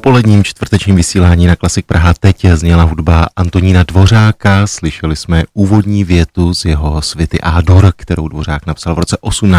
dopoledním čtvrtečním vysílání na Klasik Praha teď zněla hudba Antonína Dvořáka. Slyšeli jsme úvodní větu z jeho svity Ádor, kterou Dvořák napsal v roce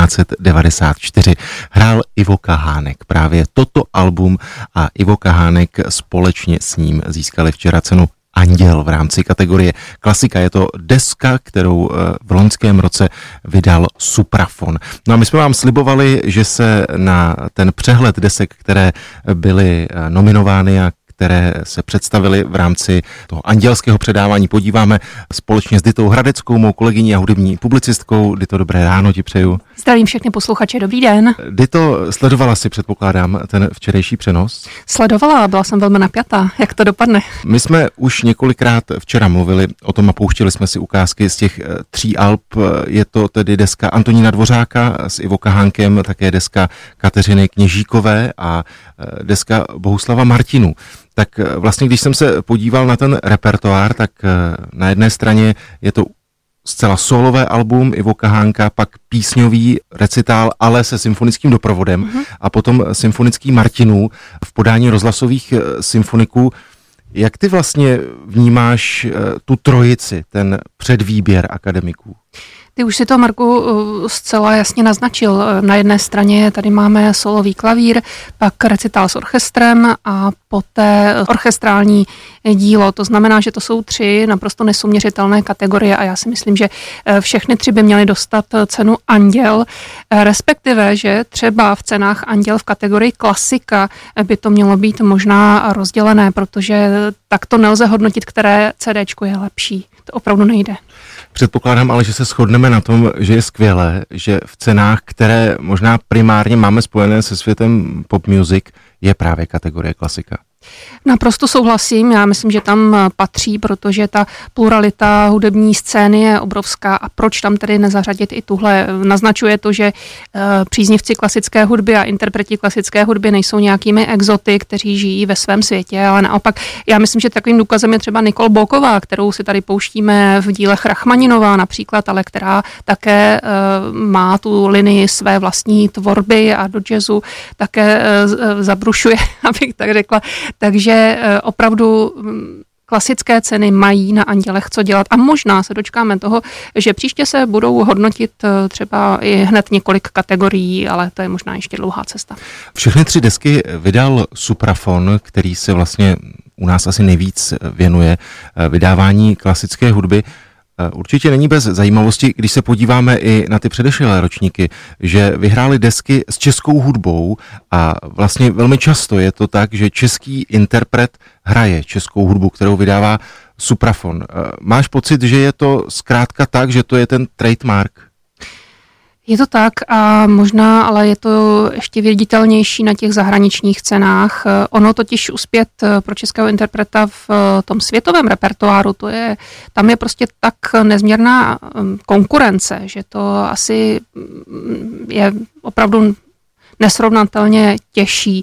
1894. Hrál Ivo Kahánek. Právě toto album a Ivo Kahánek společně s ním získali včera cenu Anděl v rámci kategorie klasika. Je to deska, kterou v loňském roce vydal Suprafon. No a my jsme vám slibovali, že se na ten přehled desek, které byly nominovány a které se představily v rámci toho andělského předávání, podíváme společně s Ditou Hradeckou, mou kolegyní a hudební publicistkou. Dito, dobré ráno ti přeju. Zdravím všechny posluchače, dobrý den. Dito, sledovala si, předpokládám, ten včerejší přenos? Sledovala, byla jsem velmi napjatá. Jak to dopadne? My jsme už několikrát včera mluvili o tom a pouštěli jsme si ukázky z těch 3 alb. Je to tedy deska Antonína Dvořáka s Ivo Kahánkem, také deska Kateřiny Kněžíkové a deska Bohuslava Martinů. Tak vlastně, když jsem se podíval na ten repertoár, tak na jedné straně je to zcela solové album Ivo Kahánka, pak písňový recitál, ale se symfonickým doprovodem a potom symfonický Martinů v podání rozhlasových symfoniků. Jak ty vlastně vnímáš tu trojici, ten předvýběr akademiků? Ty už si to, Marku, zcela jasně naznačil. Na jedné straně tady máme solový klavír, pak recitál s orchestrem a poté orchestrální dílo. To znamená, že to jsou 3 naprosto nesouměřitelné kategorie a já si myslím, že všechny 3 by měly dostat cenu Anděl, respektive, že třeba v cenách Anděl v kategorii klasika by to mělo být možná rozdělené, protože takto nelze hodnotit, které CDčko je lepší. To opravdu nejde. Předpokládám ale, že se shodneme na tom, že je skvělé, že v cenách, které možná primárně máme spojené se světem pop music, je právě kategorie klasika. Naprosto souhlasím, já myslím, že tam patří, protože ta pluralita hudební scény je obrovská a proč tam tedy nezařadit i tuhle. Naznačuje to, že příznivci klasické hudby a interpreti klasické hudby nejsou nějakými exoty, kteří žijí ve svém světě, ale naopak já myslím, že takovým důkazem je třeba Nicole Boková, kterou si tady pouštíme v dílech Rachmaninová například, ale která také má tu linii své vlastní tvorby a do jazzu také zabrušuje, abych tak řekla. Takže opravdu klasické ceny mají na Andělech co dělat a možná se dočkáme toho, že příště se budou hodnotit třeba i hned několik kategorií, ale to je možná ještě dlouhá cesta. Všechny 3 desky vydal Suprafon, který se vlastně u nás asi nejvíc věnuje vydávání klasické hudby. Určitě není bez zajímavosti, když se podíváme i na ty předešlé ročníky, že vyhrály desky s českou hudbou a vlastně velmi často je to tak, že český interpret hraje českou hudbu, kterou vydává Suprafon. Máš pocit, že je to zkrátka tak, že to je ten trademark? Je to tak a možná, ale je to ještě viditelnější na těch zahraničních cenách. Ono totiž uspět pro českého interpreta v tom světovém repertoáru, tam je prostě tak nezměrná konkurence, že to asi je opravdu nesrovnatelně těžší.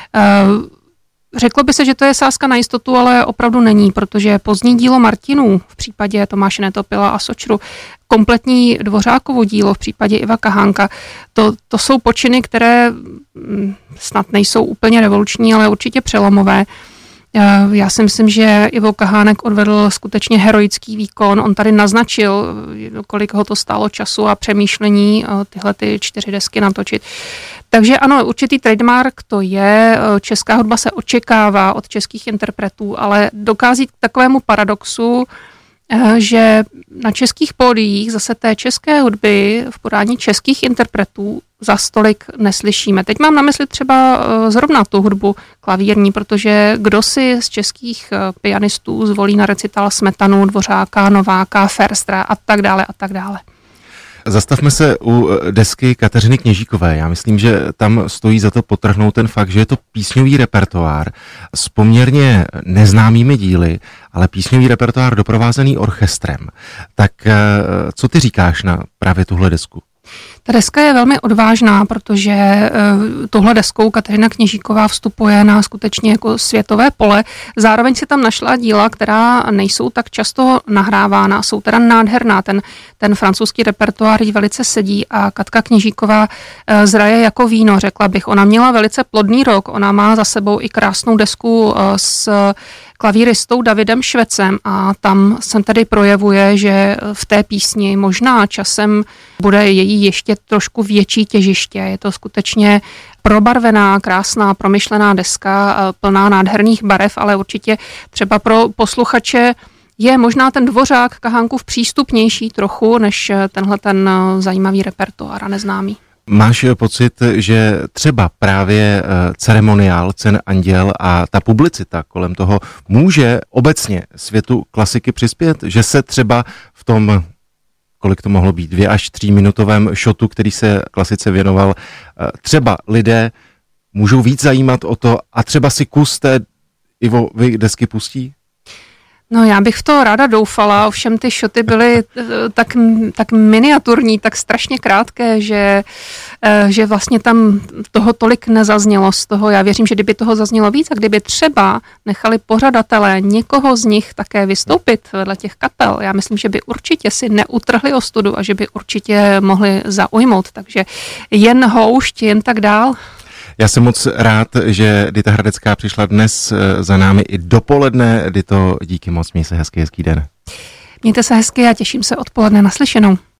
Řeklo by se, že to je sázka na jistotu, ale opravdu není, protože pozdní dílo Martinů v případě Tomáše Netopila a Sočru, kompletní Dvořákovo dílo v případě Iva Kahánka, to jsou počiny, které snad nejsou úplně revoluční, ale určitě přelomové. Já si myslím, že Ivo Kahánek odvedl skutečně heroický výkon. On tady naznačil, kolik ho to stálo času a přemýšlení tyhle 4 desky natočit. Takže ano, určitý trademark to je. Česká hudba se očekává od českých interpretů, ale dokází k takovému paradoxu, že na českých pódiích zase té české hudby v podání českých interpretů za stolik neslyšíme. Teď mám na mysli třeba zrovna tu hudbu klavírní, protože kdo si z českých pianistů zvolí na recital Smetanu, Dvořáka, Nováka, Ferstra a tak dále a tak dále. Zastavme se u desky Kateřiny Kněžíkové. Já myslím, že tam stojí za to podtrhnout ten fakt, že je to písňový repertoár s poměrně neznámými díly, ale písňový repertoár doprovázený orchestrem. Tak co ty říkáš na právě tuhle desku? Ta deska je velmi odvážná, protože tohle deskou Kateřina Kněžíková vstupuje na skutečně jako světové pole. Zároveň si tam našla díla, která nejsou tak často nahrávána, jsou teda nádherná. Ten francouzský repertoár jí velice sedí a Katka Kněžíková zraje jako víno, řekla bych. Ona měla velice plodný rok, ona má za sebou i krásnou desku s klavíristou Davidem Švecem a tam se tedy projevuje, že v té písni možná časem bude její ještě trošku větší těžiště. Je to skutečně probarvená, krásná, promyšlená deska, plná nádherných barev, ale určitě třeba pro posluchače je možná ten Dvořák Kahánkův přístupnější trochu, než tenhle ten zajímavý repertoár a neznámý. Máš pocit, že třeba právě ceremoniál Cen Anděl a ta publicita kolem toho může obecně světu klasiky přispět? Že se třeba v tom, kolik to mohlo být, 2 až 3 minutovém šotu, který se klasice věnoval, třeba lidé můžou víc zajímat o to a třeba si kus té Ivovy desky pustí? No já bych v to ráda doufala, ovšem ty šoty byly tak miniaturní, tak strašně krátké, že vlastně tam toho tolik nezaznělo z toho. Já věřím, že kdyby toho zaznělo víc a kdyby třeba nechali pořadatelé někoho z nich také vystoupit vedle těch kapel, já myslím, že by určitě si neutrhli ostudu a že by určitě mohli zaujmout. Takže jen houšť, jen tak dál. Já jsem moc rád, že Dita Hradecká přišla dnes za námi i dopoledne. Dito, díky moc, měj se hezký den. Mějte se hezky a těším se odpoledne naslyšenou.